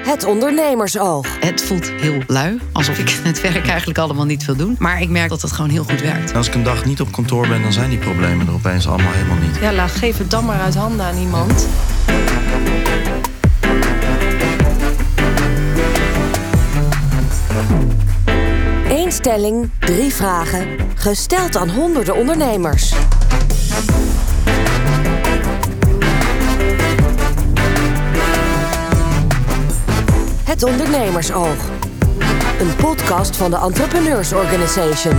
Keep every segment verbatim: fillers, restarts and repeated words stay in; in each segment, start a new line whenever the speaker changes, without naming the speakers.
Het ondernemersoog.
Het voelt heel lui, alsof ik het werk eigenlijk allemaal niet wil doen. Maar ik merk dat het gewoon heel goed werkt.
Als ik een dag niet op kantoor ben, dan zijn die problemen er opeens allemaal helemaal niet.
Ja, laat, geef het dan maar uit handen aan iemand.
Eén stelling, drie vragen, gesteld aan honderden ondernemers. Het ondernemersoog. Een podcast van de Entrepreneurs Organization.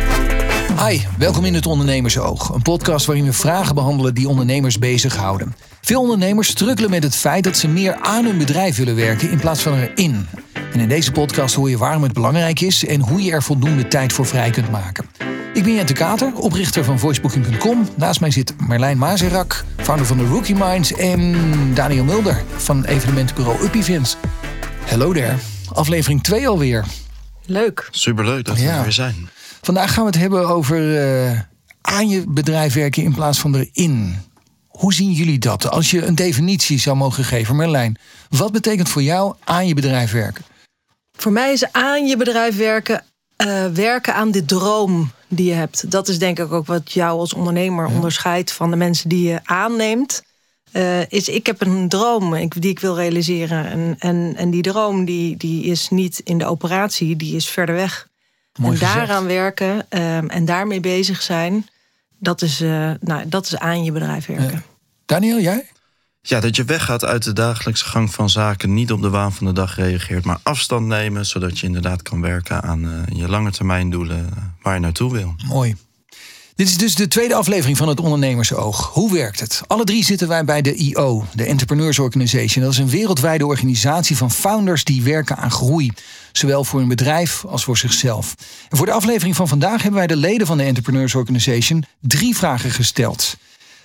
Hi, welkom in het Ondernemersoog. Een podcast waarin we vragen behandelen die ondernemers bezighouden. Veel ondernemers struggelen met het feit dat ze meer aan hun bedrijf willen werken in plaats van erin. En in deze podcast hoor je waarom het belangrijk is en hoe je er voldoende tijd voor vrij kunt maken. Ik ben Jente Kater, oprichter van voicebooking punt com. Naast mij zit Marlijn Mazerak, founder van de Rookie Minds, en Daniel Mulder van evenementenbureau Up Events. Hello there, aflevering twee alweer.
Leuk.
Superleuk dat we
Ja.
er weer zijn.
Vandaag gaan we het hebben over uh, aan je bedrijf werken in plaats van erin. Hoe zien jullie dat? Als je een definitie zou mogen geven, Marlijn, wat betekent voor jou aan je bedrijf werken?
Voor mij is aan je bedrijf werken, uh, werken aan de droom die je hebt. Dat is denk ik ook wat jou als ondernemer ja. onderscheidt van de mensen die je aanneemt. Uh, is ik heb een droom die ik wil realiseren. En, en, en die droom die, die is niet in de operatie, die is verder weg. Mooi en gezegd. Daaraan werken um, en daarmee bezig zijn, dat is, uh, nou, dat is aan je bedrijf werken.
Uh, Daniel, jij?
Ja, dat je weggaat uit de dagelijkse gang van zaken, niet op de waan van de dag reageert, maar afstand nemen, zodat je inderdaad kan werken aan uh, je langetermijndoelen uh, waar je naartoe wil.
Mooi. Dit is dus de tweede aflevering van het Ondernemersoog. Hoe werkt het? Alle drie zitten wij bij de I O, de Entrepreneurs Organization. Dat is een wereldwijde organisatie van founders die werken aan groei. Zowel voor hun bedrijf als voor zichzelf. En voor de aflevering van vandaag hebben wij de leden van de Entrepreneurs Organization drie vragen gesteld.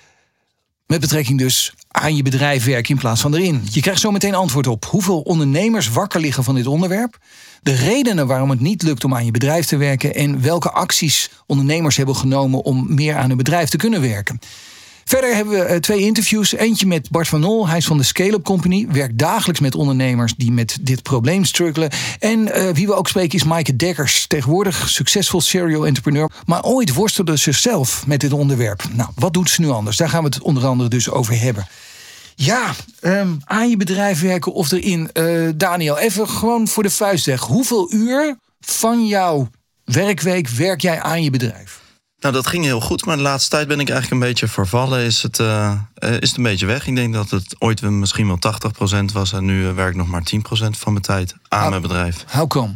Met betrekking dus aan je bedrijf werken in plaats van erin. Je krijgt zo meteen antwoord op hoeveel ondernemers wakker liggen van dit onderwerp, de redenen waarom het niet lukt om aan je bedrijf te werken en welke acties ondernemers hebben genomen om meer aan hun bedrijf te kunnen werken. Verder hebben we twee interviews. Eentje met Bart van Nol, hij is van de Scale-up Company, werkt dagelijks met ondernemers die met dit probleem struggelen. En uh, wie we ook spreken is Maaike Dekkers, tegenwoordig succesvol serial entrepreneur, maar ooit worstelde ze zelf met dit onderwerp. Nou, wat doet ze nu anders? Daar gaan we het onder andere dus over hebben. Ja, um, aan je bedrijf werken of erin. Uh, Daniel, even gewoon voor de vuist weg. Hoeveel uur van jouw werkweek werk jij aan je bedrijf?
Nou, dat ging heel goed, maar de laatste tijd ben ik eigenlijk een beetje vervallen. Is het, uh, is het een beetje weg. Ik denk dat het ooit misschien wel tachtig procent was en nu uh, werk ik nog maar tien procent van mijn tijd aan how, mijn bedrijf.
How come?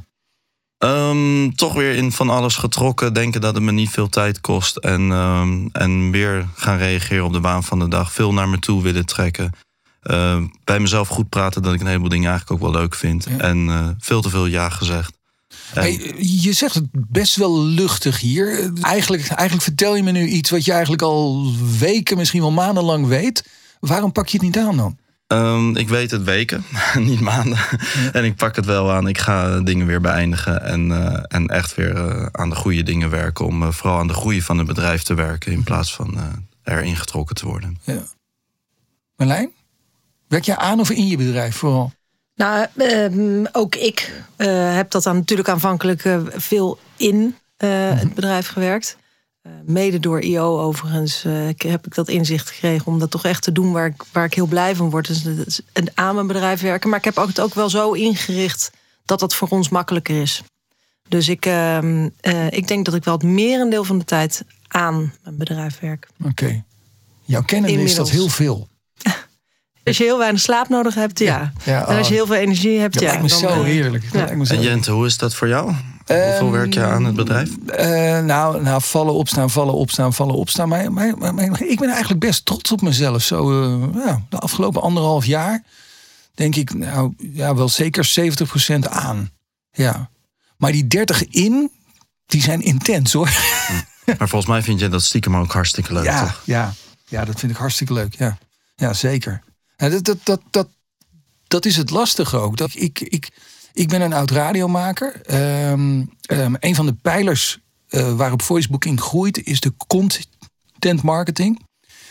Um, toch weer in van alles getrokken, denken dat het me niet veel tijd kost. En, um, en weer gaan reageren op de waan van de dag. Veel naar me toe willen trekken. Uh, bij mezelf goed praten dat ik een heleboel dingen eigenlijk ook wel leuk vind. Ja. En uh, veel te veel ja gezegd. En...
Hey, je zegt het best wel luchtig hier. Eigenlijk, eigenlijk vertel je me nu iets wat je eigenlijk al weken, misschien wel maandenlang weet. Waarom pak je het niet aan dan?
Um, ik weet het weken, niet maanden. Ja. En ik pak het wel aan. Ik ga dingen weer beëindigen. En, uh, en echt weer uh, aan de goede dingen werken. Om uh, vooral aan de groei van het bedrijf te werken. In plaats van uh, erin getrokken te worden. Ja.
Marlijn? Werk je aan of in je bedrijf vooral?
Nou, uh, ook ik uh, heb dat dan natuurlijk aanvankelijk uh, veel in uh, mm-hmm. het bedrijf gewerkt. Uh, mede door I O overigens uh, heb ik dat inzicht gekregen om dat toch echt te doen waar ik, waar ik heel blij van word. Dus dat is een aan mijn bedrijf werken. Maar ik heb het ook wel zo ingericht dat dat voor ons makkelijker is. Dus ik, uh, uh, ik denk dat ik wel het merendeel van de tijd aan mijn bedrijf werk.
Oké. Okay. Jouw kennis is dat heel veel.
Als je heel weinig slaap nodig hebt, ja. ja. ja en als je heel veel energie hebt,
dat
ja.
Dat lijkt me
dan,
zo heerlijk.
Ja.
Dat me zo
en Jente, hoe is dat voor jou? Hoeveel um, werk je aan het bedrijf?
Uh, nou, nou, vallen, opstaan, vallen, opstaan, vallen, opstaan. Maar, maar, maar, maar ik ben eigenlijk best trots op mezelf. Zo, uh, ja, de afgelopen anderhalf jaar denk ik, nou, ja, wel zeker zeventig procent aan. Ja. Maar die dertig in, die zijn intens, hoor.
Maar volgens mij vind je dat stiekem ook hartstikke leuk,
ja,
toch?
Ja, ja, dat vind ik hartstikke leuk, ja. Ja, zeker. Ja, dat, dat, dat, dat, dat is het lastige ook. Dat ik, ik, ik ben een oud radiomaker. Um, um, een van de pijlers uh, waarop voicebooking groeit is de content marketing.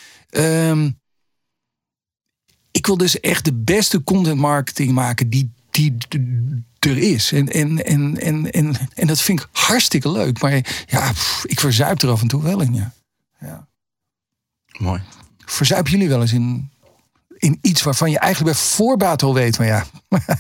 Um, ik wil dus echt de beste content marketing maken die die d- er is. En, en, en, en, en, en dat vind ik hartstikke leuk. Maar ja, pff, ik verzuip er af en toe wel in. Ja. Ja.
Mooi.
Verzuipen jullie wel eens in, in iets waarvan je eigenlijk bij voorbaat al weet... maar ja,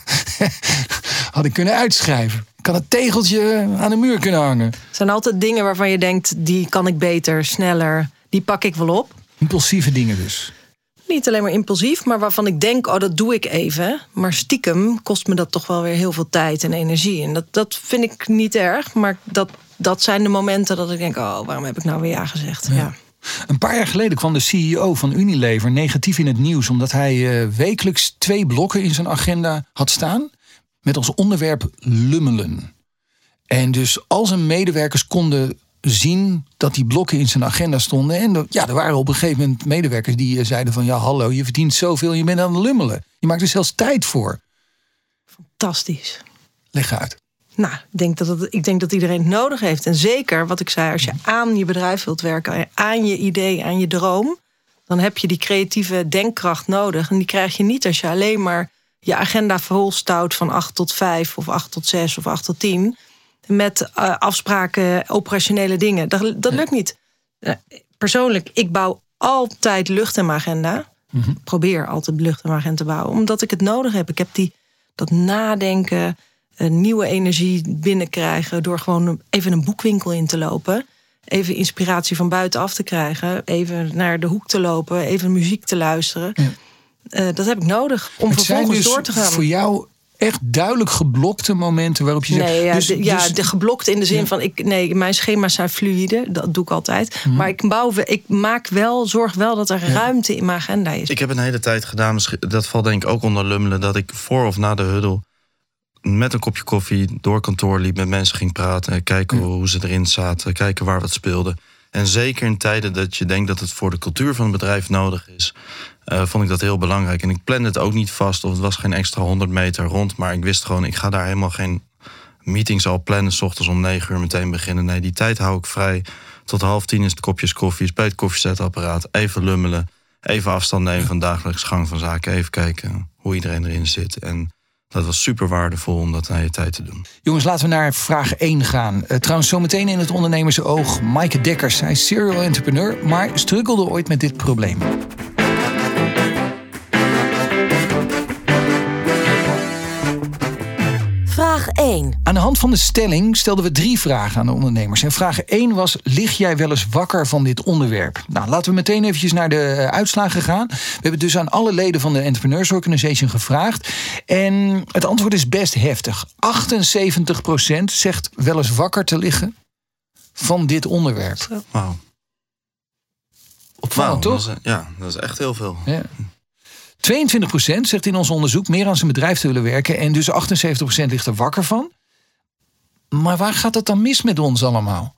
had ik kunnen uitschrijven. Ik kan het tegeltje aan de muur kunnen hangen.
Er zijn altijd dingen waarvan je denkt, die kan ik beter, sneller. Die pak ik wel op.
Impulsieve dingen dus.
Niet alleen maar impulsief, maar waarvan ik denk, oh, dat doe ik even. Maar stiekem kost me dat toch wel weer heel veel tijd en energie. En dat, dat vind ik niet erg, maar dat, dat zijn de momenten dat ik denk, oh, waarom heb ik nou weer ja gezegd? Ja. Ja.
Een paar jaar geleden kwam de C E O van Unilever negatief in het nieuws... omdat hij uh, wekelijks twee blokken in zijn agenda had staan... met als onderwerp lummelen. En dus al zijn medewerkers konden zien dat die blokken in zijn agenda stonden. En er, ja, er waren op een gegeven moment medewerkers die uh, zeiden van... ja, hallo, je verdient zoveel, je bent aan het lummelen. Je maakt er zelfs tijd voor.
Fantastisch.
Leg uit.
Nou, ik denk, dat het, ik denk dat iedereen het nodig heeft. En zeker, wat ik zei, als je aan je bedrijf wilt werken... aan je idee, aan je droom... dan heb je die creatieve denkkracht nodig. En die krijg je niet als je alleen maar je agenda volstout... van acht tot vijf of acht tot zes of acht tot tien... met uh, afspraken, operationele dingen. Dat, dat lukt niet. Uh, persoonlijk, ik bouw altijd lucht in mijn agenda. Mm-hmm. Probeer altijd lucht in mijn agenda te bouwen. Omdat ik het nodig heb. Ik heb die, dat nadenken... Een nieuwe energie binnenkrijgen door gewoon even een boekwinkel in te lopen. Even inspiratie van buitenaf te krijgen. Even naar de hoek te lopen. Even muziek te luisteren. Ja. Uh, dat heb ik nodig om het vervolgens dus door te gaan.
Voor jou echt duidelijk geblokte momenten waarop je
nee,
zegt...
Ja,
dus,
de, ja
dus,
de geblokte in de zin ja. van... Ik, nee, mijn schema's zijn fluïde. Dat doe ik altijd. Hmm. Maar ik, bouw, ik maak wel, zorg wel dat er ja. ruimte in mijn agenda is.
Ik heb een hele tijd gedaan, dat valt denk ik ook onder lummelen... dat ik voor of na de huddle... met een kopje koffie door kantoor liep, met mensen ging praten... kijken ja. hoe ze erin zaten, kijken waar wat speelde. En zeker in tijden dat je denkt dat het voor de cultuur van het bedrijf nodig is... Uh, vond ik dat heel belangrijk. En ik plande het ook niet vast, of het was geen extra honderd meter rond... maar ik wist gewoon, ik ga daar helemaal geen meetings al plannen... 's ochtends om negen uur meteen beginnen. Nee, die tijd hou ik vrij. Tot half tien is het kopjes koffie, is bij het koffiezetapparaat... even lummelen, even afstand nemen van dagelijks gang van zaken... even kijken hoe iedereen erin zit... En dat was super waardevol om dat na je tijd te doen.
Jongens, laten we naar vraag één gaan. Uh, trouwens, zometeen in het ondernemersoog. Maaike Dekkers, hij is serial entrepreneur... maar struggelde ooit met dit probleem.
Vraag één.
Aan de hand van de stelling stelden we drie vragen aan de ondernemers. En vraag één was, lig jij wel eens wakker van dit onderwerp? Nou, laten we meteen eventjes naar de uitslagen gaan. We hebben dus aan alle leden van de Entrepreneurs Organization gevraagd. En het antwoord is best heftig. achtenzeventig procent zegt wel eens wakker te liggen van dit onderwerp.
Wauw.
Opvallend,
wow,
toch?
Dat is, ja, dat is echt heel veel.
Ja. tweeëntwintig procent zegt in ons onderzoek meer aan zijn bedrijf te willen werken. En dus achtenzeventig procent ligt er wakker van. Maar waar gaat het dan mis met ons allemaal?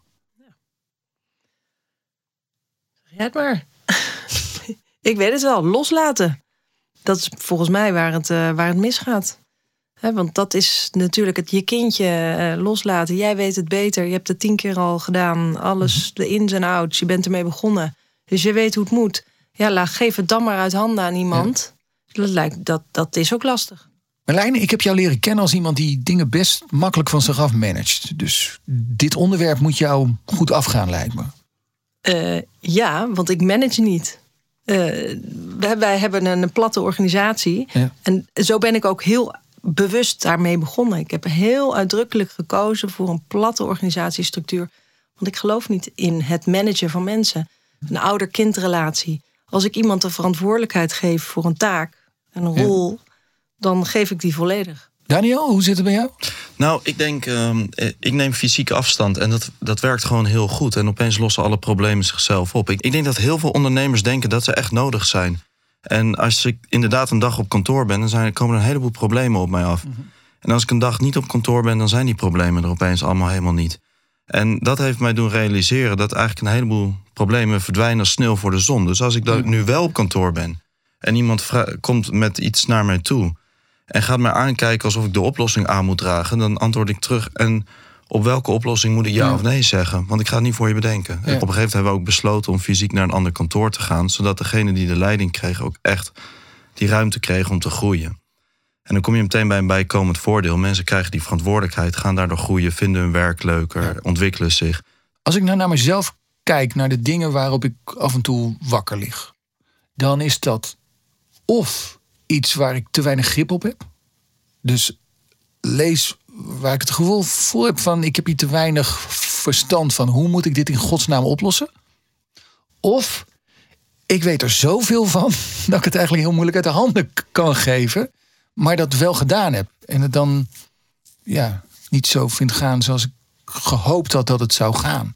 Zeg jij het maar. Ik weet het wel. Loslaten. Dat is volgens mij waar het, uh, waar het misgaat. He, want dat is natuurlijk het je kindje uh, loslaten. Jij weet het beter. Je hebt het tien keer al gedaan. Alles, de ins en outs. Je bent ermee begonnen. Dus je weet hoe het moet. Ja, laat, geef het dan maar uit handen aan iemand. Ja. Dat, lijkt, dat, dat is ook lastig.
Marlijn, ik heb jou leren kennen als iemand die dingen best makkelijk van zich af managt. Dus dit onderwerp moet jou goed afgaan, lijkt me.
Uh, ja, want ik manage niet. Uh, wij, wij hebben een, een platte organisatie. Ja. En zo ben ik ook heel bewust daarmee begonnen. Ik heb heel uitdrukkelijk gekozen voor een platte organisatiestructuur. Want ik geloof niet in het managen van mensen. Een ouder-kindrelatie. Als ik iemand de verantwoordelijkheid geef voor een taak en een rol, ja. dan geef ik die volledig.
Daniel, hoe zit het bij jou?
Nou, ik denk, um, ik neem fysieke afstand en dat, dat werkt gewoon heel goed. En opeens lossen alle problemen zichzelf op. Ik, ik denk dat heel veel ondernemers denken dat ze echt nodig zijn. En als ik inderdaad een dag op kantoor ben, dan zijn, komen er een heleboel problemen op mij af. Mm-hmm. En als ik een dag niet op kantoor ben, dan zijn die problemen er opeens allemaal helemaal niet. En dat heeft mij doen realiseren dat eigenlijk een heleboel problemen verdwijnen als sneeuw voor de zon. Dus als ik dan nu wel op kantoor ben en iemand vra- komt met iets naar mij toe en gaat mij aankijken alsof ik de oplossing aan moet dragen, dan antwoord ik terug. En op welke oplossing moet ik ja, ja. of nee zeggen? Want ik ga het niet voor je bedenken. Ja. Op een gegeven moment hebben we ook besloten om fysiek naar een ander kantoor te gaan, zodat degene die de leiding kreeg ook echt die ruimte kreeg om te groeien. En dan kom je meteen bij een bijkomend voordeel. Mensen krijgen die verantwoordelijkheid, gaan daardoor groeien, vinden hun werk leuker, ja. ontwikkelen zich.
Als ik nou naar mezelf kijk, naar de dingen waarop ik af en toe wakker lig, dan is dat of iets waar ik te weinig grip op heb. Dus lees waar ik het gevoel voor heb van, ik heb hier te weinig verstand van, hoe moet ik dit in godsnaam oplossen? Of ik weet er zoveel van dat ik het eigenlijk heel moeilijk uit de handen kan geven, maar dat wel gedaan heb. En het dan ja, niet zo vind gaan zoals ik gehoopt had dat het zou gaan.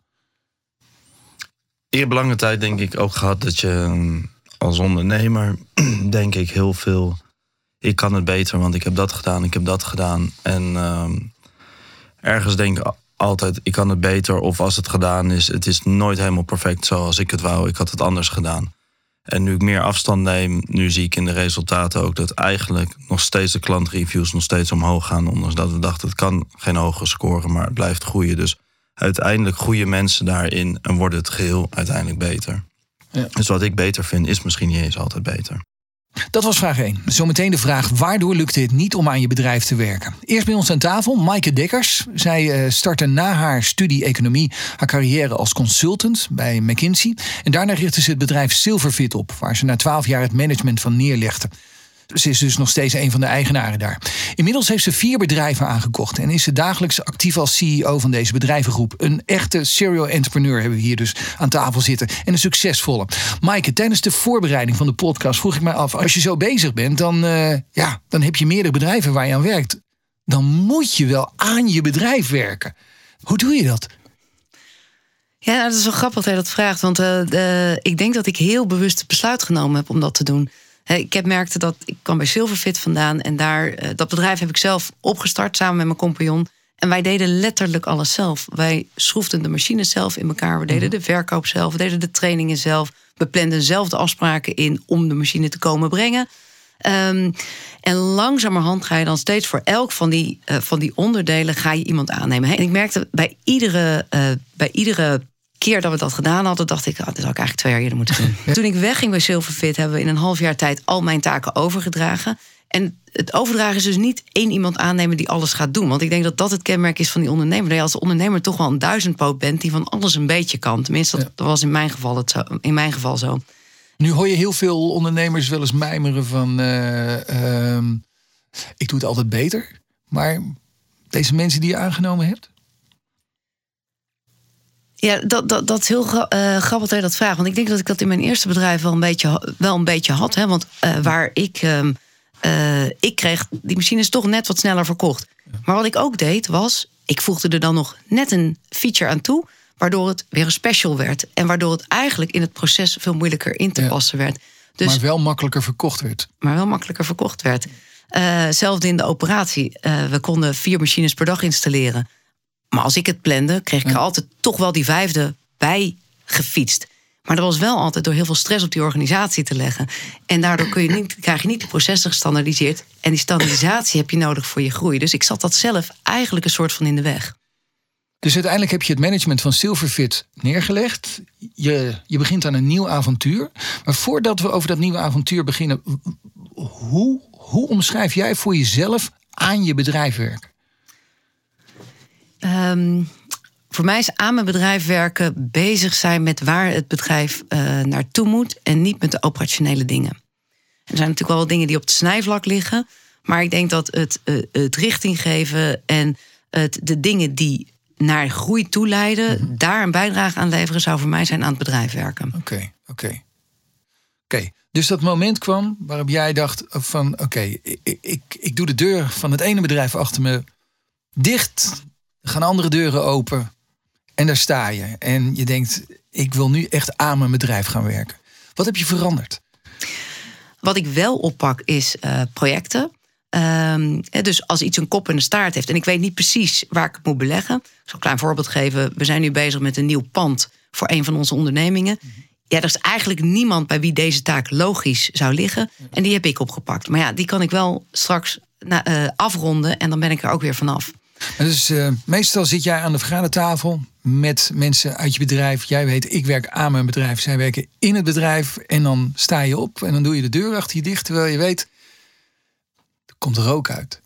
Ik heb lange tijd denk ik ook gehad dat je als ondernemer denk ik heel veel, ik kan het beter, want ik heb dat gedaan, ik heb dat gedaan. En uh, ergens denk ik altijd, ik kan het beter, of als het gedaan is, het is nooit helemaal perfect zoals ik het wou. Ik had het anders gedaan. En nu ik meer afstand neem, nu zie ik in de resultaten ook dat eigenlijk nog steeds de klantreviews nog steeds omhoog gaan. Ondanks dat we dachten, het kan geen hoge scoren, maar het blijft groeien. Dus uiteindelijk groeien mensen daarin en wordt het geheel uiteindelijk beter. Ja. Dus wat ik beter vind, is misschien niet eens altijd beter.
Dat was vraag één. Zometeen de vraag, waardoor lukte het niet om aan je bedrijf te werken? Eerst bij ons aan tafel, Maaike Dekkers. Zij startte na haar studie economie haar carrière als consultant bij McKinsey. En daarna richtte ze het bedrijf Silverfit op, waar ze na twaalf jaar het management van neerlegde. Ze is dus nog steeds een van de eigenaren daar. Inmiddels heeft ze vier bedrijven aangekocht en is ze dagelijks actief als C E O van deze bedrijvengroep. Een echte serial entrepreneur hebben we hier dus aan tafel zitten. En een succesvolle. Maaike, tijdens de voorbereiding van de podcast vroeg ik mij af, als je zo bezig bent, dan, uh, ja, dan heb je meerdere bedrijven waar je aan werkt. Dan moet je wel aan je bedrijf werken. Hoe doe je dat?
Ja, nou, dat is wel grappig dat je dat vraagt. Want uh, de, ik denk dat ik heel bewust het besluit genomen heb om dat te doen. Ik heb merkte dat ik kwam bij Silverfit vandaan en daar dat bedrijf heb ik zelf opgestart samen met mijn compagnon. En wij deden letterlijk alles zelf. Wij schroefden de machines zelf in elkaar. We deden de verkoop zelf, we deden de trainingen zelf. We planden zelf de afspraken in om de machine te komen brengen. Um, en langzamerhand ga je dan steeds voor elk van die, uh, van die onderdelen ga je iemand aannemen. En ik merkte bij iedere, uh, bij iedere keer dat we dat gedaan hadden, dacht ik, oh, dat had ik eigenlijk twee jaar eerder moeten doen. Ja. Toen ik wegging bij Silverfit, hebben we in een half jaar tijd al mijn taken overgedragen. En het overdragen is dus niet één iemand aannemen die alles gaat doen. Want ik denk dat dat het kenmerk is van die ondernemer. Dat je als ondernemer toch wel een duizendpoot bent die van alles een beetje kan. Tenminste, dat ja. was in mijn geval, het zo, in mijn geval zo.
Nu hoor je heel veel ondernemers wel eens mijmeren van Uh, uh, ik doe het altijd beter. Maar deze mensen die je aangenomen hebt?
Ja, dat, dat, dat is heel uh, grappig dat je dat vraagt. Want ik denk dat ik dat in mijn eerste bedrijf wel een beetje, wel een beetje had. Hè? Want uh, waar ik, uh, uh, ik kreeg die machines toch net wat sneller verkocht. Maar wat ik ook deed was, ik voegde er dan nog net een feature aan toe, waardoor het weer een special werd. En waardoor het eigenlijk in het proces veel moeilijker in te ja. passen werd. Dus,
maar wel makkelijker verkocht werd.
Maar wel makkelijker verkocht werd. Uh, zelfde in de operatie. Uh, we konden vier machines per dag installeren. Maar als ik het plande, kreeg ik er ja. altijd toch wel die vijfde bij gefietst. Maar dat was wel altijd door heel veel stress op die organisatie te leggen. En daardoor kun je niet, krijg je niet de processen gestandaardiseerd. En die standaardisatie heb je nodig voor je groei. Dus ik zat dat zelf eigenlijk een soort van in de weg.
Dus uiteindelijk heb je het management van Silverfit neergelegd. Je, je begint aan een nieuw avontuur. Maar voordat we over dat nieuwe avontuur beginnen, hoe, hoe omschrijf jij voor jezelf aan je bedrijf werken?
Um, voor mij is aan mijn bedrijf werken bezig zijn met waar het bedrijf uh, naartoe moet en niet met de operationele dingen. Er zijn natuurlijk wel wat dingen die op het snijvlak liggen, maar ik denk dat het, uh, het richting geven en het, de dingen die naar groei toe leiden, mm-hmm. daar een bijdrage aan leveren, zou voor mij zijn aan het bedrijf werken.
Oké, okay, oké. Okay. Oké, okay. Dus dat moment kwam waarop jij dacht van oké, okay, ik, ik, ik doe de deur van het ene bedrijf achter me dicht. Er gaan andere deuren open en daar sta je. En je denkt, ik wil nu echt aan mijn bedrijf gaan werken. Wat heb je veranderd?
Wat ik wel oppak is uh, projecten. Um, dus als iets een kop en een staart heeft en ik weet niet precies waar ik het moet beleggen. Ik zal een klein voorbeeld geven. We zijn nu bezig met een nieuw pand voor een van onze ondernemingen. Ja, er is eigenlijk niemand bij wie deze taak logisch zou liggen. En die heb ik opgepakt. Maar ja, die kan ik wel straks na, uh, afronden en dan ben ik er ook weer vanaf.
Dus uh, meestal zit jij aan de vergadertafel met mensen uit je bedrijf. Jij weet, ik werk aan mijn bedrijf. Zij werken in het bedrijf. En dan sta je op en dan doe je de deur achter je dicht. Terwijl je weet, er komt er ook uit.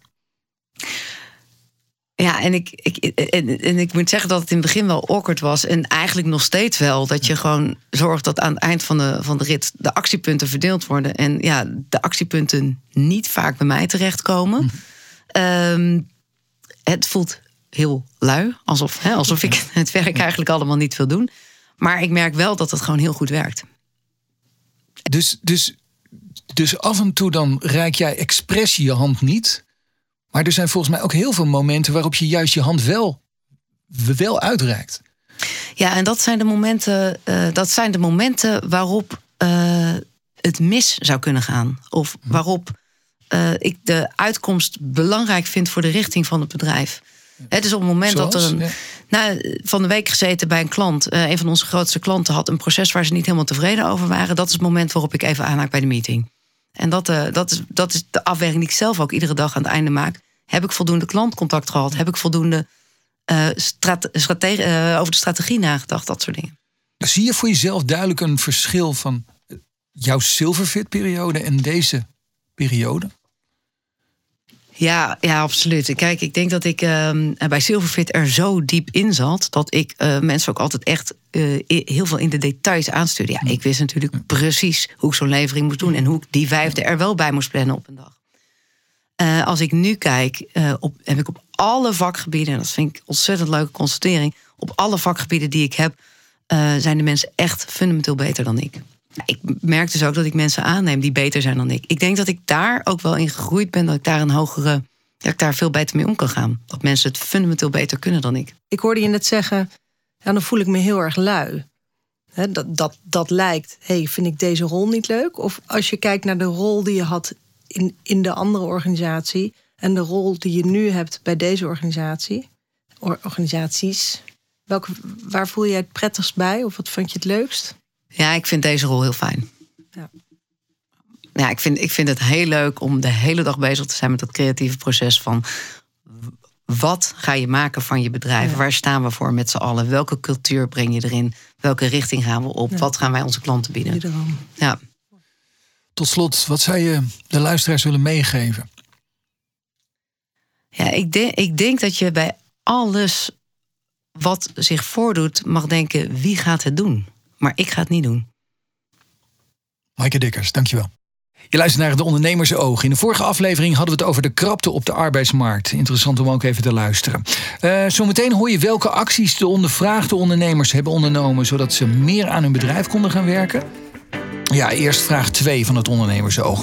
Ja, en ik, ik, en, en ik moet zeggen dat het in het begin wel awkward was. En eigenlijk nog steeds wel. Dat je gewoon zorgt dat aan het eind van de, van de rit de actiepunten verdeeld worden. En ja, de actiepunten niet vaak bij mij terechtkomen. Hm. Um, het voelt heel lui. Alsof, hè, alsof ik het werk eigenlijk allemaal niet wil doen. Maar ik merk wel dat het gewoon heel goed werkt.
Dus, dus, dus af en toe dan reik jij expres je hand niet. Maar er zijn volgens mij ook heel veel momenten waarop je juist je hand wel, wel uitreikt.
Ja, en dat zijn de momenten, uh, dat zijn de momenten waarop uh, het mis zou kunnen gaan. Of waarop uh, ik de uitkomst belangrijk vind voor de richting van het bedrijf. Het is op het moment Zoals? dat er een. Ja. Nou, van de week gezeten bij een klant. Uh, een van onze grootste klanten had een proces waar ze niet helemaal tevreden over waren. Dat is het moment waarop ik even aanhaak bij de meeting. En dat, uh, dat, is, dat is de afweging die ik zelf ook iedere dag aan het einde maak. Heb ik voldoende klantcontact gehad? Heb ik voldoende uh, strate- strate- uh, over de strategie nagedacht? Dat soort dingen.
Zie je voor jezelf duidelijk een verschil van jouw Silverfit-periode en deze periode?
Ja, ja, absoluut. Kijk, ik denk dat ik uh, bij Silverfit er zo diep in zat dat ik uh, mensen ook altijd echt uh, heel veel in de details aanstuurde. Ja, ik wist natuurlijk precies hoe ik zo'n levering moest doen en hoe ik die vijfde er wel bij moest plannen op een dag. Uh, als ik nu kijk, uh, op, heb ik op alle vakgebieden, en dat vind ik ontzettend leuke constatering, op alle vakgebieden die ik heb, uh, zijn de mensen echt fundamenteel beter dan ik. Ik merk dus ook dat ik mensen aanneem die beter zijn dan ik. Ik denk dat ik daar ook wel in gegroeid ben, dat ik daar een hogere, dat ik daar veel beter mee om kan gaan. Dat mensen het fundamenteel beter kunnen dan ik.
Ik hoorde je net zeggen, ja, dan voel ik me heel erg lui. He, dat, dat, dat lijkt, hey, vind ik deze rol niet leuk? Of als je kijkt naar de rol die je had in, in de andere organisatie en de rol die je nu hebt bij deze organisatie, or, organisaties, welke, waar voel jij het prettigst bij? Of wat vond je het leukst?
Ja, ik vind deze rol heel fijn. Ja. Ja, ik vind, ik vind het heel leuk om de hele dag bezig te zijn met dat creatieve proces van wat ga je maken van je bedrijf? Ja. Waar staan we voor met z'n allen? Welke cultuur breng je erin? Welke richting gaan we op? Ja. Wat gaan wij onze klanten bieden? Ja.
Tot slot, wat zou je de luisteraars willen meegeven?
Ja, ik, de, ik denk dat je bij alles wat zich voordoet mag denken, wie gaat het doen? Maar ik ga het niet doen.
Maaike Dikkers, dankjewel. Je luistert naar De Ondernemersoog. In de vorige aflevering hadden we het over de krapte op de arbeidsmarkt. Interessant om ook even te luisteren. Uh, zometeen hoor je welke acties de ondervraagde ondernemers hebben ondernomen, zodat ze meer aan hun bedrijf konden gaan werken. Ja, eerst vraag twee van het Ondernemersoog.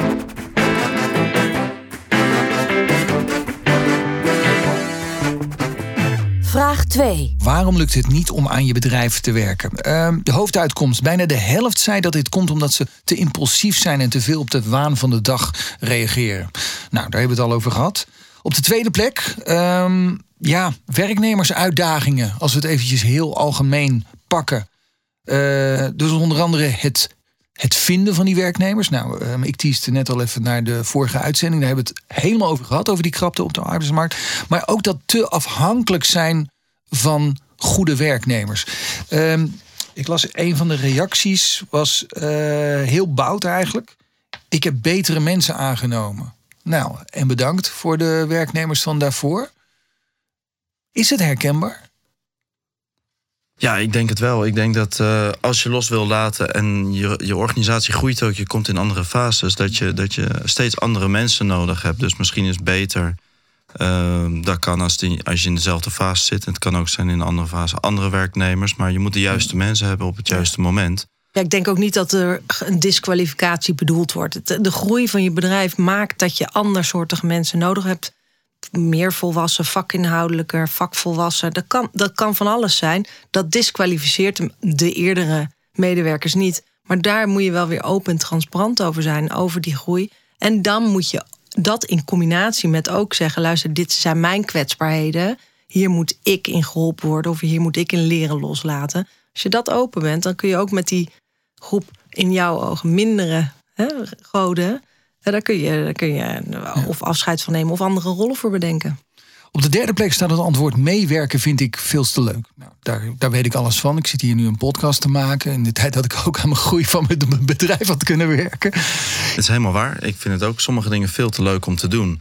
Vraag twee.
Waarom lukt het niet om aan je bedrijf te werken? Uh, de hoofduitkomst. Bijna de helft zei dat dit komt omdat ze te impulsief zijn en te veel op de waan van de dag reageren. Nou, daar hebben we het al over gehad. Op de tweede plek, um, ja, werknemersuitdagingen. Als we het eventjes heel algemeen pakken. Uh, dus onder andere het, het vinden van die werknemers. Nou, um, ik teaste net al even naar de vorige uitzending. Daar hebben we het helemaal over gehad, over die krapte op de arbeidsmarkt. Maar ook dat te afhankelijk zijn van goede werknemers. Um, ik las een van de reacties, was uh, heel bout eigenlijk. Ik heb betere mensen aangenomen. Nou, en bedankt voor de werknemers van daarvoor. Is het herkenbaar?
Ja, ik denk het wel. Ik denk dat uh, als je los wil laten en je, je organisatie groeit ook, je komt in andere fases, dat je, dat je steeds andere mensen nodig hebt. Dus misschien is het beter, uh, dat kan als, die, als je in dezelfde fase zit. En het kan ook zijn in een andere fase andere werknemers. Maar je moet de juiste mensen hebben op het juiste moment.
Ja, ik denk ook niet dat er een disqualificatie bedoeld wordt. De groei van je bedrijf maakt dat je andersoortige mensen nodig hebt. Meer volwassen, vakinhoudelijker, vakvolwassen. Dat kan, dat kan van alles zijn. Dat disqualificeert de eerdere medewerkers niet. Maar daar moet je wel weer open en transparant over zijn, over die groei. En dan moet je dat in combinatie met ook zeggen, luister, dit zijn mijn kwetsbaarheden. Hier moet ik in geholpen worden of hier moet ik in leren loslaten. Als je dat open bent, dan kun je ook met die groep in jouw ogen mindere hè, goden, daar kun je, daar kun je of afscheid van nemen of andere rollen voor bedenken.
Op de derde plek staat het antwoord meewerken vind ik veel te leuk. Nou, daar, daar weet ik alles van. Ik zit hier nu een podcast te maken. In de tijd dat ik ook aan mijn groei van mijn bedrijf had kunnen werken.
Het is helemaal waar. Ik vind het ook sommige dingen veel te leuk om te doen.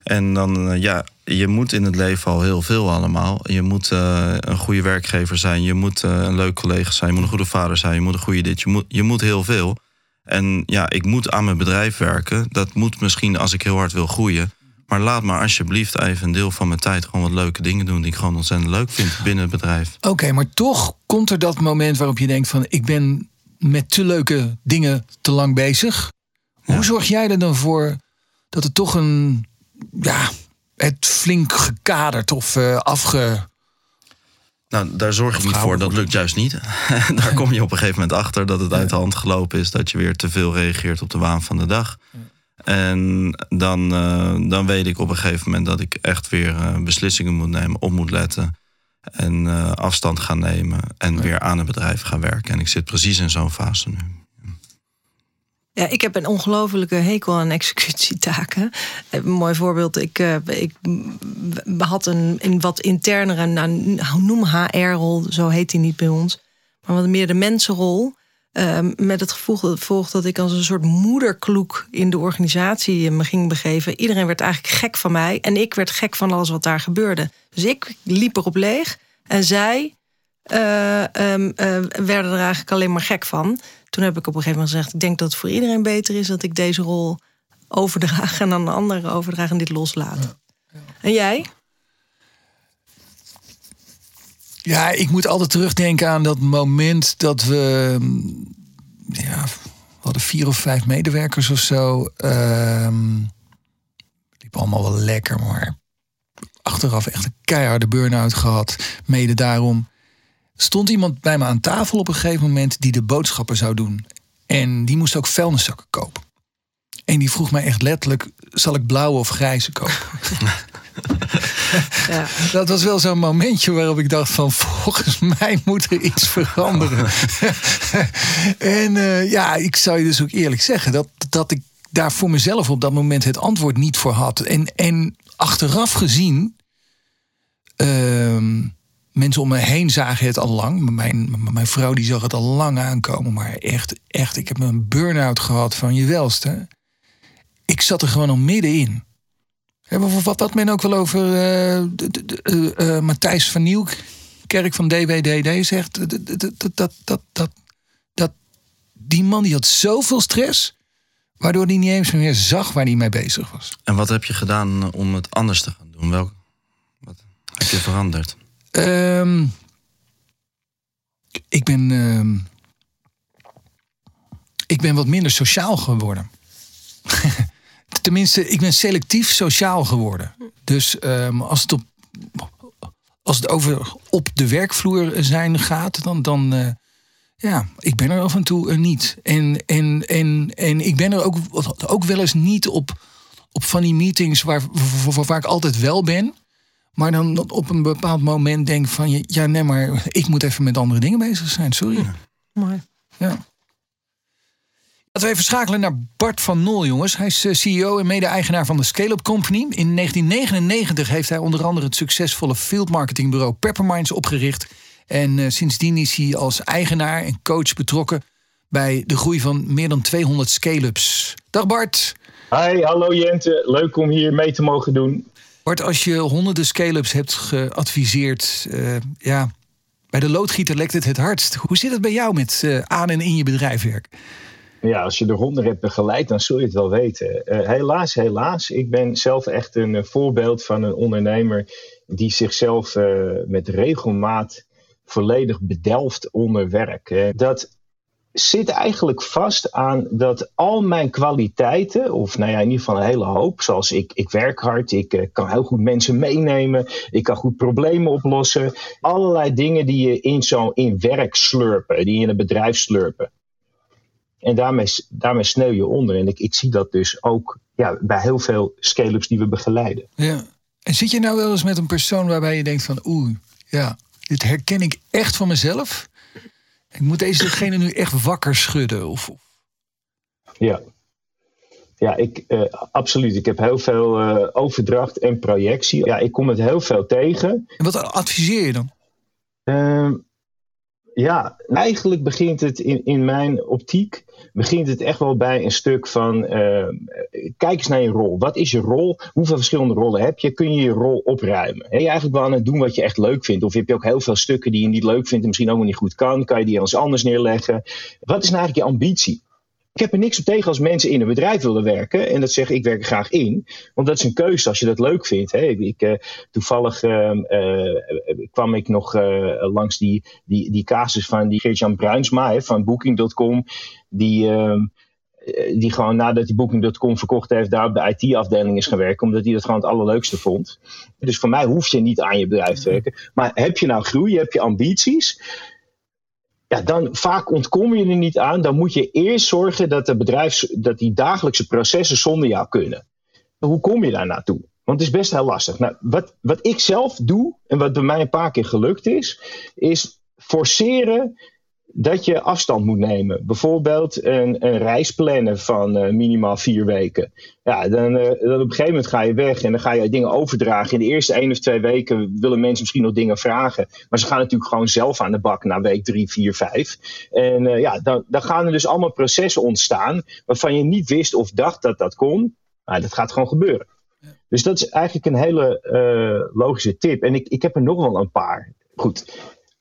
En dan, uh, ja, je moet in het leven al heel veel allemaal. Je moet uh, een goede werkgever zijn. Je moet uh, een leuk collega zijn. Je moet een goede vader zijn. Je moet een goede dit. Je moet, je moet heel veel. En ja, ik moet aan mijn bedrijf werken. Dat moet misschien als ik heel hard wil groeien. Maar laat maar alsjeblieft even een deel van mijn tijd gewoon wat leuke dingen doen die ik gewoon ontzettend leuk vind binnen het bedrijf.
Oké, okay, maar toch komt er dat moment waarop je denkt van ik ben met te leuke dingen te lang bezig. Ja. Hoe zorg jij er dan voor dat het toch een, ja, het flink gekaderd of uh, afge...
Nou, daar zorg ik niet voor. Dat lukt juist niet. Daar kom je op een gegeven moment achter dat het uit de hand gelopen is. Dat je weer te veel reageert op de waan van de dag. En dan, uh, dan weet ik op een gegeven moment dat ik echt weer uh, beslissingen moet nemen, op moet letten. En uh, afstand gaan nemen en ja. weer aan het bedrijf gaan werken. En ik zit precies in zo'n fase nu.
Ja, ik heb een ongelofelijke hekel aan executietaken. Een mooi voorbeeld. Ik, uh, ik had een, een wat internere, nou, noem H R-rol, zo heet die niet bij ons. Maar wat meer de mensenrol. Uh, met het gevolg dat ik als een soort moederkloek in de organisatie me ging begeven. Iedereen werd eigenlijk gek van mij. En ik werd gek van alles wat daar gebeurde. Dus ik liep erop leeg. En zij uh, um, uh, werden er eigenlijk alleen maar gek van. Toen heb ik op een gegeven moment gezegd, ik denk dat het voor iedereen beter is dat ik deze rol overdraag en aan de anderen overdraag en dit loslaat. Ja, ja. En jij?
Ja, ik moet altijd terugdenken aan dat moment dat we, ja, we hadden vier of vijf medewerkers of zo. Um, liep allemaal wel lekker, maar achteraf echt een keiharde burn-out gehad. Mede daarom. Stond iemand bij me aan tafel op een gegeven moment die de boodschappen zou doen. En die moest ook vuilniszakken kopen. En die vroeg mij echt letterlijk, zal ik blauwe of grijze kopen? Ja. Dat was wel zo'n momentje waarop ik dacht van, volgens mij moet er iets veranderen. En uh, ja, ik zou je dus ook eerlijk zeggen dat, dat ik daar voor mezelf op dat moment het antwoord niet voor had. En, en achteraf gezien, uh, mensen om me heen zagen het al lang. Mijn, mijn vrouw die zag het al lang aankomen. Maar echt, echt, ik heb een burn-out gehad van je welste. Ik zat er gewoon al middenin. Wat, wat men ook wel over uh, uh, uh, Matthijs van Nieuwkerk van D W D D zegt. Dat, dat, dat, dat, dat, dat, die man die had zoveel stress, waardoor hij niet eens meer zag waar hij mee bezig was.
En wat heb je gedaan om het anders te gaan doen? Welk, wat heb je veranderd?
Um, ik ben... Um, ik ben wat minder sociaal geworden. Tenminste, ik ben selectief sociaal geworden. Dus um, als het op, als het over op de werkvloer zijn gaat, dan, dan uh, ja, ik ben er af en toe uh, niet. En, en, en, en ik ben er ook, ook wel eens niet op, op van die meetings waar, waar, waar ik altijd wel ben. Maar dan op een bepaald moment denk van, ja, nee, maar ik moet even met andere dingen bezig zijn. Sorry. Ja.
Mooi.
Ja. Laten we even schakelen naar Bart van Nol, jongens. Hij is C E O en mede-eigenaar van de Scale-Up Company. In negentien negenennegentig heeft hij onder andere het succesvolle field marketingbureau Pepperminds opgericht. En uh, sindsdien is hij als eigenaar en coach betrokken bij de groei van meer dan tweehonderd scale-ups. Dag Bart.
Hi, hallo Jente. Leuk om hier mee te mogen doen.
Bart, als je honderden scale-ups hebt geadviseerd, uh, ja, bij de loodgieter lekt het het hardst. Hoe zit het bij jou met uh, aan en in je bedrijf werken?
Ja, als je de honden hebt begeleid, dan zul je het wel weten. Uh, helaas, helaas. Ik ben zelf echt een uh, voorbeeld van een ondernemer die zichzelf uh, met regelmaat volledig bedelft onder werk. Uh, dat zit eigenlijk vast aan dat al mijn kwaliteiten, of nou ja, in ieder geval een hele hoop, zoals ik, ik werk hard, ik uh, kan heel goed mensen meenemen, ik kan goed problemen oplossen. Allerlei dingen die je in zo'n in werk slurpen, die je in een bedrijf slurpen. En daarmee, daarmee sneeuw je onder. En ik, ik zie dat dus ook ja, bij heel veel scale-ups die we begeleiden.
Ja. En zit je nou wel eens met een persoon waarbij je denkt van, oeh, ja, dit herken ik echt van mezelf. Ik moet dezegene nu echt wakker schudden. Of...
Ja, ja ik, uh, absoluut. Ik heb heel veel uh, overdracht en projectie. Ja, ik kom het heel veel tegen.
En wat adviseer je dan?
Uh, Ja, eigenlijk begint het in, in mijn optiek begint het echt wel bij een stuk van uh, kijk eens naar je rol. Wat is je rol? Hoeveel verschillende rollen heb je? Kun je je rol opruimen? Ben je eigenlijk wel aan het doen wat je echt leuk vindt? Of heb je ook heel veel stukken die je niet leuk vindt en misschien ook nog niet goed kan? Kan je die ergens anders neerleggen? Wat is nou eigenlijk je ambitie? Ik heb er niks op tegen als mensen in een bedrijf willen werken. En dat zeg ik, werk er graag in. Want dat is een keuze als je dat leuk vindt. Hè. Ik, uh, toevallig uh, uh, kwam ik nog uh, langs die, die, die casus van die Geert-Jan Bruinsma hè, van Booking punt com. Die, uh, die gewoon nadat hij Booking punt com verkocht heeft, daar op de I T-afdeling is gaan werken. Omdat hij dat gewoon het allerleukste vond. Dus voor mij hoef je niet aan je bedrijf te werken. Maar heb je nou groei, heb je ambities? Ja, dan vaak ontkom je er niet aan. Dan moet je eerst zorgen dat de bedrijfs, dat die dagelijkse processen zonder jou kunnen. Hoe kom je daar naartoe? Want het is best heel lastig. Nou, wat, wat ik zelf doe, en wat bij mij een paar keer gelukt is, is forceren dat je afstand moet nemen. Bijvoorbeeld een, een reis plannen van uh, minimaal vier weken. Ja, dan, uh, dan op een gegeven moment ga je weg en dan ga je dingen overdragen. In de eerste één of twee weken willen mensen misschien nog dingen vragen. Maar ze gaan natuurlijk gewoon zelf aan de bak na week drie, vier, vijf. En uh, ja, dan, dan gaan er dus allemaal processen ontstaan waarvan je niet wist of dacht dat dat kon. Maar dat gaat gewoon gebeuren. Dus dat is eigenlijk een hele uh, logische tip. En ik, ik heb er nog wel een paar. Goed.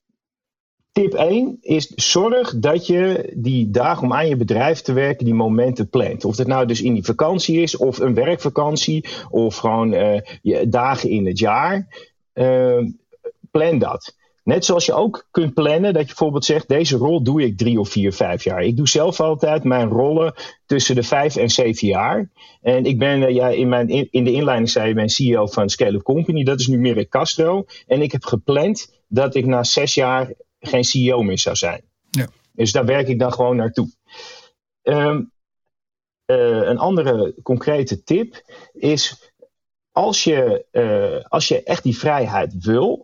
Tip één is zorg dat je die dagen om aan je bedrijf te werken, die momenten plant. Of dat nou dus in die vakantie is, of een werkvakantie, of gewoon uh, je dagen in het jaar. Uh, plan dat. Net zoals je ook kunt plannen dat je bijvoorbeeld zegt, deze rol doe ik drie of vier, vijf jaar. Ik doe zelf altijd mijn rollen tussen de vijf en zeven jaar. En ik ben, uh, ja, in, mijn, in, in de inleiding zei je, ben C E O van Scale Up Company. Dat is nu Mirek Castro. En ik heb gepland dat ik na zes jaar geen C E O meer zou zijn. Ja. Dus daar werk ik dan gewoon naartoe. Um, uh, een andere concrete tip is, als je, uh, als je echt die vrijheid wil,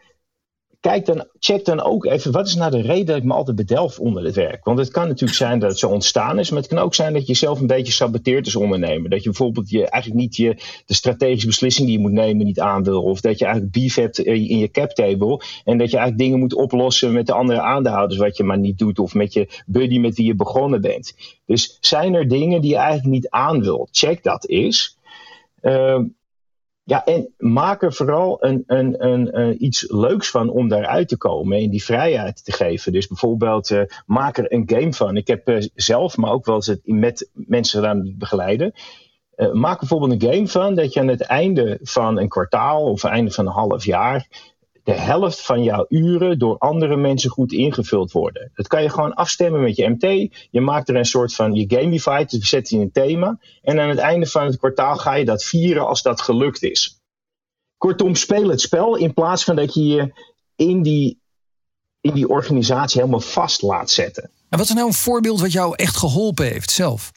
kijk dan, check dan ook even, wat is nou de reden dat ik me altijd bedelf onder het werk? Want het kan natuurlijk zijn dat het zo ontstaan is, maar het kan ook zijn dat je jezelf een beetje saboteert als ondernemer. Dat je bijvoorbeeld je, eigenlijk niet je, de strategische beslissing die je moet nemen niet aan wil. Of dat je eigenlijk beef hebt in je cap table en dat je eigenlijk dingen moet oplossen met de andere aandeelhouders wat je maar niet doet. Of met je buddy met wie je begonnen bent. Dus zijn er dingen die je eigenlijk niet aan wil? Check dat eens. Uh, Ja, en maak er vooral een, een, een, een, iets leuks van om daaruit te komen en die vrijheid te geven. Dus bijvoorbeeld, uh, maak er een game van. Ik heb uh, zelf, maar ook wel eens het met mensen gedaan die ik begeleiden. Uh, maak bijvoorbeeld een game van dat je aan het einde van een kwartaal of het einde van een half jaar de helft van jouw uren door andere mensen goed ingevuld worden. Dat kan je gewoon afstemmen met je M T. Je maakt er een soort van, je gamified, dus je zet in een thema. En aan het einde van het kwartaal ga je dat vieren als dat gelukt is. Kortom, speel het spel in plaats van dat je je in die, in die organisatie helemaal vast laat zetten.
En wat is nou een voorbeeld wat jou echt geholpen heeft zelf?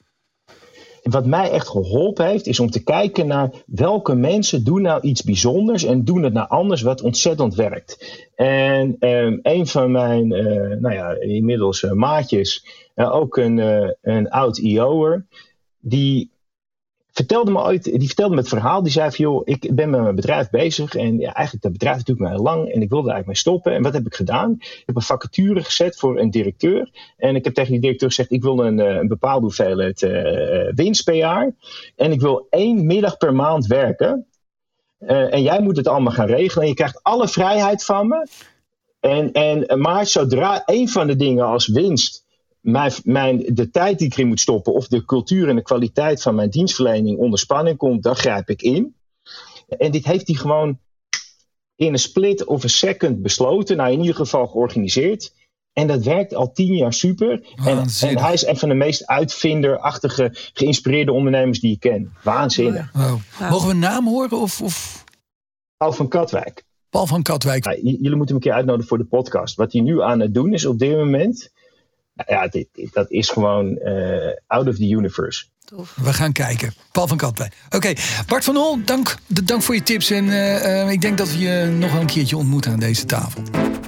Wat mij echt geholpen heeft, is om te kijken naar welke mensen doen nou iets bijzonders en doen het nou anders wat ontzettend werkt. En um, een van mijn, uh, nou ja, inmiddels uh, maatjes, uh, ook een, uh, een oud I O'er, die vertelde me ooit, die vertelde me het verhaal, die zei van joh, ik ben met mijn bedrijf bezig en ja, eigenlijk dat bedrijf doet me heel lang en ik wilde eigenlijk mee stoppen. En wat heb ik gedaan? Ik heb een vacature gezet voor een directeur en ik heb tegen die directeur gezegd, ik wil een, een bepaalde hoeveelheid uh, winst per jaar en ik wil één middag per maand werken uh, en jij moet het allemaal gaan regelen en je krijgt alle vrijheid van me. En, en, maar zodra een van de dingen als winst Mijn, mijn, de tijd die ik erin moet stoppen of de cultuur en de kwaliteit van mijn dienstverlening onder spanning komt, dan grijp ik in. En dit heeft hij gewoon in een split of een second besloten, nou in ieder geval georganiseerd. En dat werkt al tien jaar super. En, en hij is een van de meest uitvinderachtige, geïnspireerde ondernemers die ik ken. Waanzinnig.
Wow. Wow. Mogen we een naam horen? Of, of...
Paul van Katwijk.
Paul van Katwijk.
Ja, j- jullie moeten hem een keer uitnodigen voor de podcast. Wat hij nu aan het doen is op dit moment, ja, dit, dit, dat is gewoon uh, out of the universe.
Tof. We gaan kijken. Paul van Katwijk. Oké, okay. Bart van Hol, dank, dank voor je tips. En uh, uh, ik denk dat we je nog wel een keertje ontmoeten aan deze tafel.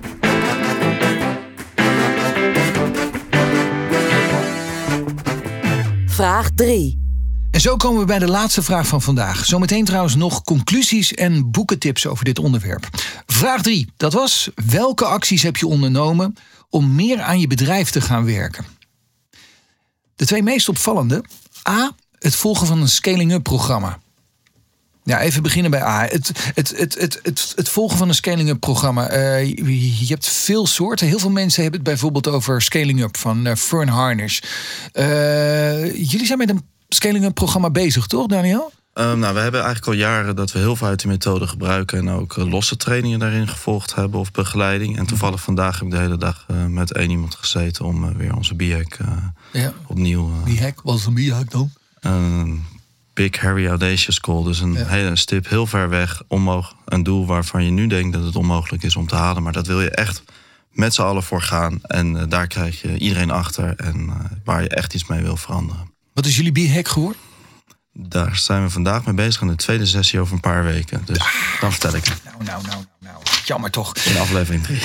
Vraag drie.
En zo komen we bij de laatste vraag van vandaag. Zometeen trouwens nog conclusies en boekentips over dit onderwerp. Vraag drie, dat was: welke acties heb je ondernomen om meer aan je bedrijf te gaan werken? De twee meest opvallende. A, het volgen van een scaling-up programma. Ja, even beginnen bij A. Het, het, het, het, het, het volgen van een scaling-up programma. Uh, je, je hebt veel soorten. Heel veel mensen hebben het bijvoorbeeld over scaling-up van uh, Fern Harnish. Uh, jullie zijn met een scaling-up programma bezig, toch, Daniel?
Um, nou, we hebben eigenlijk al jaren dat we heel veel uit die methode gebruiken en ook uh, losse trainingen daarin gevolgd hebben of begeleiding. En toevallig vandaag heb ik de hele dag uh, met één iemand gezeten om uh, weer onze B-hack uh, ja. opnieuw. Uh,
B-hack, wat is een B-hack dan?
Een Big Hairy Audacious Goal, dus een ja. hele stip heel ver weg, onmogelijk, een doel waarvan je nu denkt dat het onmogelijk is om te halen, maar dat wil je echt met z'n allen voor gaan. En uh, daar krijg je iedereen achter en uh, waar je echt iets mee wil veranderen.
Wat is jullie B-hack geworden?
Daar zijn we vandaag mee bezig in de tweede sessie over een paar weken. Dus ah, dan vertel ik het.
Nou, nou, nou, nou. Jammer toch.
In aflevering drie.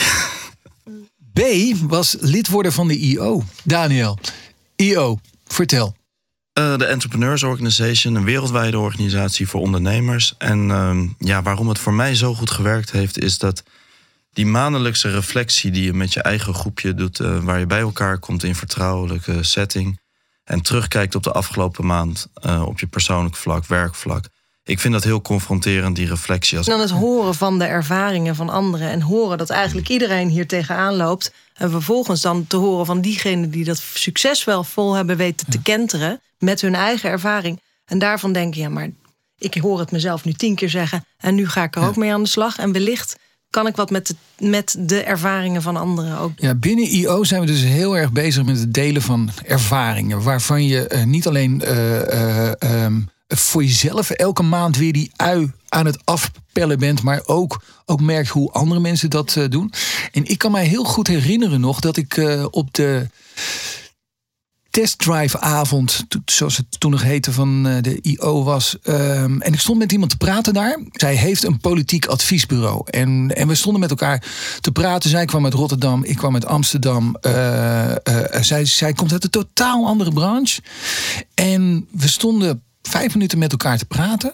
B was lid worden van de I O. Daniel, I O, vertel.
Uh, de Entrepreneurs Organization, een wereldwijde organisatie voor ondernemers. En uh, ja, waarom het voor mij zo goed gewerkt heeft, is dat die maandelijkse reflectie die je met je eigen groepje doet, uh, waar je bij elkaar komt in vertrouwelijke setting en terugkijkt op de afgelopen maand uh, op je persoonlijk vlak, werkvlak. Ik vind dat heel confronterend, die reflectie. Als...
En dan het horen van de ervaringen van anderen en horen dat eigenlijk iedereen hier tegenaan loopt. En vervolgens dan te horen van diegenen die dat succes wel vol hebben weten te kenteren met hun eigen ervaring. En daarvan denken, ja, maar ik hoor het mezelf nu tien keer zeggen en nu ga ik er ja. ook mee aan de slag. En wellicht kan ik wat met de, met de ervaringen van anderen ook.
Ja, binnen I O zijn we dus heel erg bezig met het delen van ervaringen. Waarvan je uh, niet alleen uh, uh, um, voor jezelf elke maand weer die ui aan het afpellen bent, maar ook, ook merk hoe andere mensen dat uh, doen. En ik kan mij heel goed herinneren nog dat ik uh, op de testdrive-avond, zoals het toen nog heette, van de I O was. Um, en ik stond met iemand te praten daar. Zij heeft een politiek adviesbureau. En, en we stonden met elkaar te praten. Zij kwam uit Rotterdam, ik kwam uit Amsterdam. Uh, uh, zij, zij komt uit een totaal andere branche. En we stonden vijf minuten met elkaar te praten.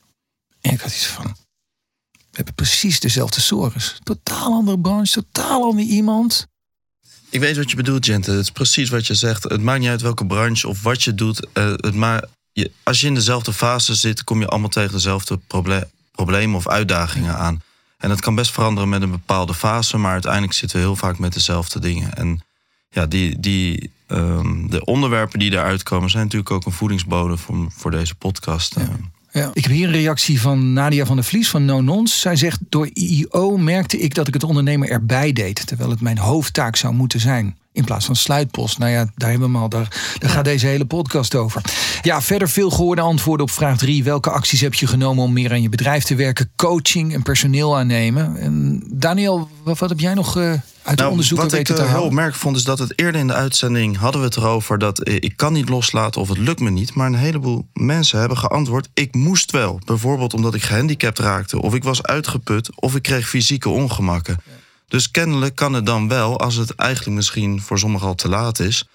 En ik had iets van, we hebben precies dezelfde sores. Totaal andere branche, totaal ander iemand.
Ik weet wat je bedoelt, Jente. Het is precies wat je zegt. Het maakt niet uit welke branche of wat je doet. Uh, het ma- je, als je in dezelfde fase zit, kom je allemaal tegen dezelfde proble- problemen of uitdagingen aan. En dat kan best veranderen met een bepaalde fase, maar uiteindelijk zitten we heel vaak met dezelfde dingen. En ja, die, die, um, de onderwerpen die daaruit komen zijn natuurlijk ook een voedingsbodem voor, voor deze podcast.
Ja. Ja. Ik heb hier een reactie van Nadia van der Vlies van No Nons. Zij zegt, door I O merkte ik dat ik het ondernemer erbij deed, terwijl het mijn hoofdtaak zou moeten zijn. In plaats van sluitpost. Nou ja, daar hebben we hem al. Daar, daar gaat deze hele podcast over. Ja, verder veel gehoorde antwoorden op vraag drie. Welke acties heb je genomen om meer aan je bedrijf te werken? Coaching en personeel aannemen. En Daniel, wat, wat heb jij nog uh, uit de
nou,
onderzoeken weten te houden?
Wat ik heel opmerkelijk vond, is dat het eerder in de uitzending hadden we het erover dat uh, ik kan niet loslaten of het lukt me niet. Maar een heleboel mensen hebben geantwoord, ik moest wel. Bijvoorbeeld omdat ik gehandicapt raakte, of ik was uitgeput, of ik kreeg fysieke ongemakken. Ja. Dus kennelijk kan het dan wel, als het eigenlijk misschien voor sommigen al te laat is.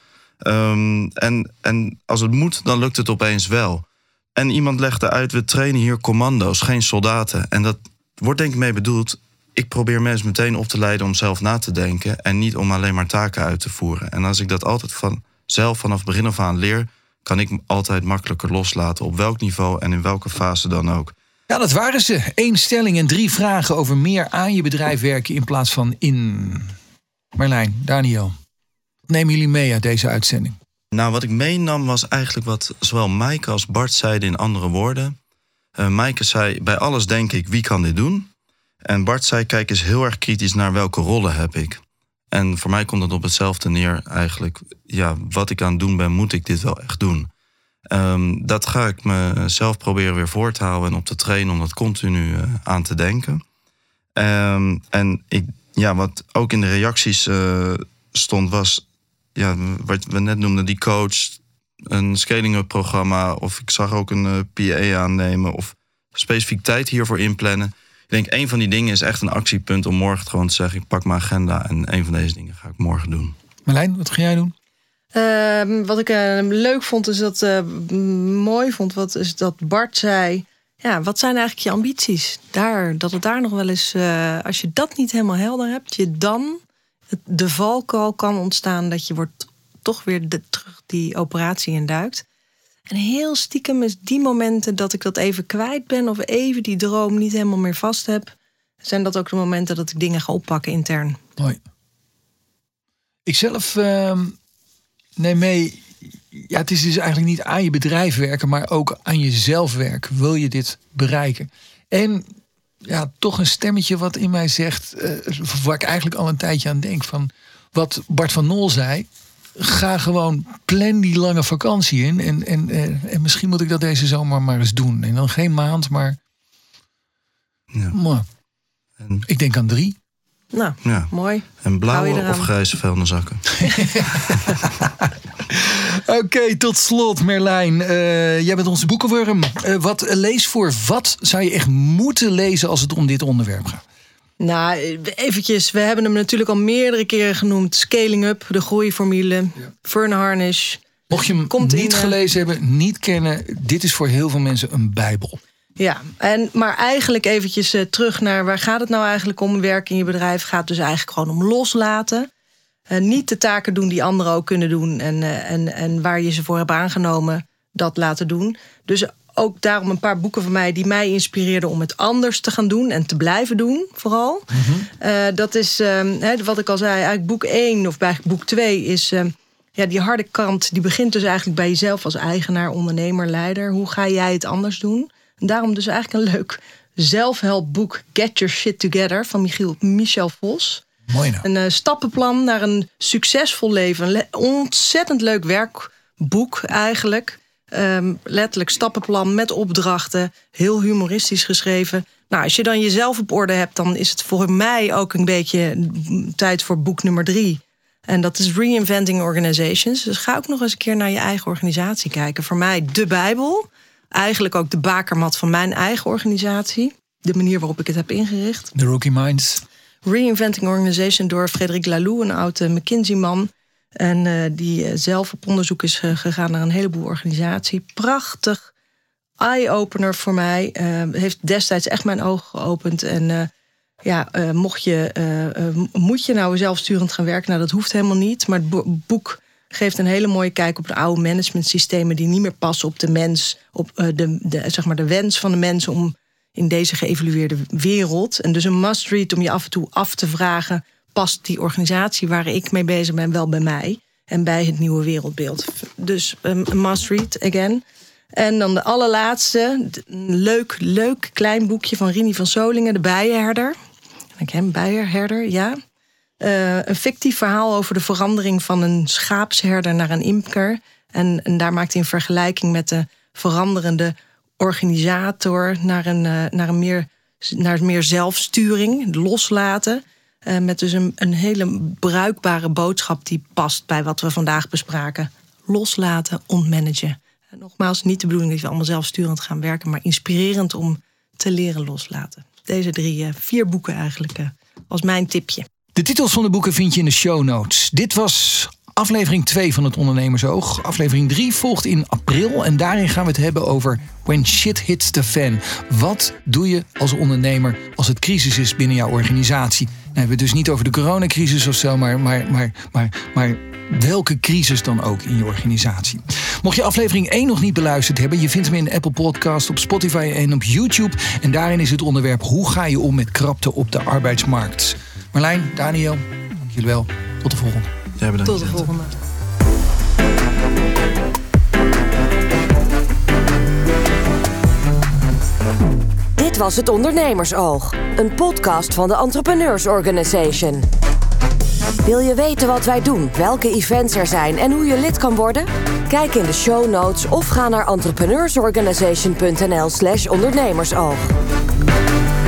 Um, en, en als het moet, dan lukt het opeens wel. En iemand legde uit, we trainen hier commando's, geen soldaten. En dat wordt denk ik mee bedoeld, ik probeer mensen meteen op te leiden om zelf na te denken en niet om alleen maar taken uit te voeren. En als ik dat altijd van, zelf vanaf begin af aan leer, kan ik altijd makkelijker loslaten, op welk niveau en in welke fase dan ook.
Ja, dat waren ze. Eén stelling en drie vragen over meer aan je bedrijf werken in plaats van in. Marlijn, Daniel, wat nemen jullie mee uit deze uitzending?
Nou, wat ik meenam was eigenlijk wat zowel Maaike als Bart zeiden in andere woorden. Uh, Maaike zei, bij alles denk ik, wie kan dit doen? En Bart zei, kijk eens heel erg kritisch naar welke rollen heb ik. En voor mij komt het op hetzelfde neer eigenlijk. Ja, wat ik aan het doen ben, moet ik dit wel echt doen? Um, dat ga ik mezelf proberen weer voor te houden en op te trainen om dat continu uh, aan te denken. Um, en ik, ja, wat ook in de reacties uh, stond was, ja, wat we net noemden, die coach, een scaling-up programma, of ik zag ook een uh, P A aannemen of specifiek tijd hiervoor inplannen. Ik denk, een van die dingen is echt een actiepunt om morgen gewoon te zeggen, ik pak mijn agenda en een van deze dingen ga ik morgen doen.
Marlijn, wat ga jij doen?
Uh, wat ik uh, leuk vond, is dat uh, mooi vond, wat is dat Bart zei, ja, wat zijn eigenlijk je ambities? Daar, dat het daar nog wel eens, uh, als je dat niet helemaal helder hebt, je dan de valkuil kan ontstaan dat je wordt toch weer de, terug die operatie induikt. En heel stiekem is die momenten dat ik dat even kwijt ben of even die droom niet helemaal meer vast heb, zijn dat ook de momenten dat ik dingen ga oppakken intern.
Mooi. Ik zelf uh, neem mee, ja, het is dus eigenlijk niet aan je bedrijf werken, maar ook aan jezelf werken. Wil je dit bereiken? En ja, toch een stemmetje wat in mij zegt, uh, waar ik eigenlijk al een tijdje aan denk, van wat Bart van Nol zei. Ga gewoon, plan die lange vakantie in. En, en, uh, en misschien moet ik dat deze zomer maar eens doen. En dan geen maand, maar...
Ja.
maar
En,
ik denk aan drie.
Nou,
ja.
mooi.
En blauwe of grijze vuilniszakken.
Oké, okay, tot slot Merlijn. Uh, jij bent onze boekenworm. Uh, wat uh, lees voor wat zou je echt moeten lezen als het om dit onderwerp gaat?
Nou, eventjes. We hebben hem natuurlijk al meerdere keren genoemd. Scaling Up, de groeiformule. Ja. Verne Harnish.
Mocht je hem
Komt
niet
in,
gelezen hebben, niet kennen, dit is voor heel veel mensen een bijbel.
Ja, en, maar eigenlijk eventjes uh, terug naar waar gaat het nou eigenlijk om? Werk in je bedrijf gaat dus eigenlijk gewoon om loslaten. Uh, niet de taken doen die anderen ook kunnen doen. En, uh, en, en waar je ze voor hebt aangenomen, dat laten doen. Dus ook daarom een paar boeken van mij die mij inspireerden om het anders te gaan doen en te blijven doen, vooral. Mm-hmm. Uh, dat is, uh, hè, wat ik al zei, eigenlijk boek één of bij boek twee is... Uh, ja, die harde kant, die begint dus eigenlijk bij jezelf als eigenaar, ondernemer, leider. Hoe ga jij het anders doen? En daarom dus eigenlijk een leuk zelfhelpboek, Get Your Shit Together, van Michiel, Michel Vos.
Mooi nou.
Een uh, stappenplan naar een succesvol leven. Een le- ontzettend leuk werkboek eigenlijk. Um, letterlijk stappenplan met opdrachten. Heel humoristisch geschreven. Nou, als je dan jezelf op orde hebt, dan is het voor mij ook een beetje tijd voor boek nummer drie. En dat is Reinventing Organizations. Dus ga ook nog eens een keer naar je eigen organisatie kijken. Voor mij de Bijbel. Eigenlijk ook de bakermat van mijn eigen organisatie. De manier waarop ik het heb ingericht.
The Rookie Minds.
Reinventing Organization door Frédéric Laloux, een oude McKinsey-man. En uh, die uh, zelf op onderzoek is uh, gegaan naar een heleboel organisaties. Prachtig eye-opener voor mij. Uh, heeft destijds echt mijn ogen geopend. En uh, ja, uh, mocht je, uh, uh, moet je nou zelfsturend gaan werken? Nou, dat hoeft helemaal niet. Maar het boek geeft een hele mooie kijk op de oude managementsystemen die niet meer passen op de mens, op uh, de, de, zeg maar de wens van de mens om in deze geëvolueerde wereld. En dus een must-read om je af en toe af te vragen, past die organisatie waar ik mee bezig ben wel bij mij en bij het nieuwe wereldbeeld. Dus een um, must-read, again. En dan de allerlaatste, een leuk, leuk klein boekje van Rini van Solingen, De Bijenherder. Ik hem Bijenherder, ja. Uh, een fictief verhaal over de verandering van een schaapsherder naar een imker. En, en daar maakt hij een vergelijking met de veranderende organisator naar een, uh, naar een meer, naar meer zelfsturing, loslaten. Uh, met dus een, een hele bruikbare boodschap die past bij wat we vandaag bespraken. Loslaten, ontmanagen. En nogmaals, niet de bedoeling dat we allemaal zelfsturend gaan werken, maar inspirerend om te leren loslaten. Deze drie, uh, vier boeken eigenlijk uh, als mijn tipje.
De titels van de boeken vind je in de show notes. Dit was aflevering twee van het Ondernemersoog. Aflevering drie volgt in april. En daarin gaan we het hebben over when shit hits the fan. Wat doe je als ondernemer als het crisis is binnen jouw organisatie? Nou, we hebben het dus niet over de coronacrisis of zo, maar, maar, maar, maar, maar welke crisis dan ook in je organisatie. Mocht je aflevering één nog niet beluisterd hebben, je vindt hem in de Apple Podcast, op Spotify en op YouTube. En daarin is het onderwerp: hoe ga je om met krapte op de arbeidsmarkt? Marlijn, Daniel, dank jullie wel. Tot de volgende.
Ja, bedankt.
Tot de volgende.
Dit was het Ondernemersoog, een podcast van de Entrepreneurs Organization. Wil je weten wat wij doen, welke events er zijn en hoe je lid kan worden? Kijk in de show notes of ga naar entrepreneursorganization punt n l slash ondernemersoog.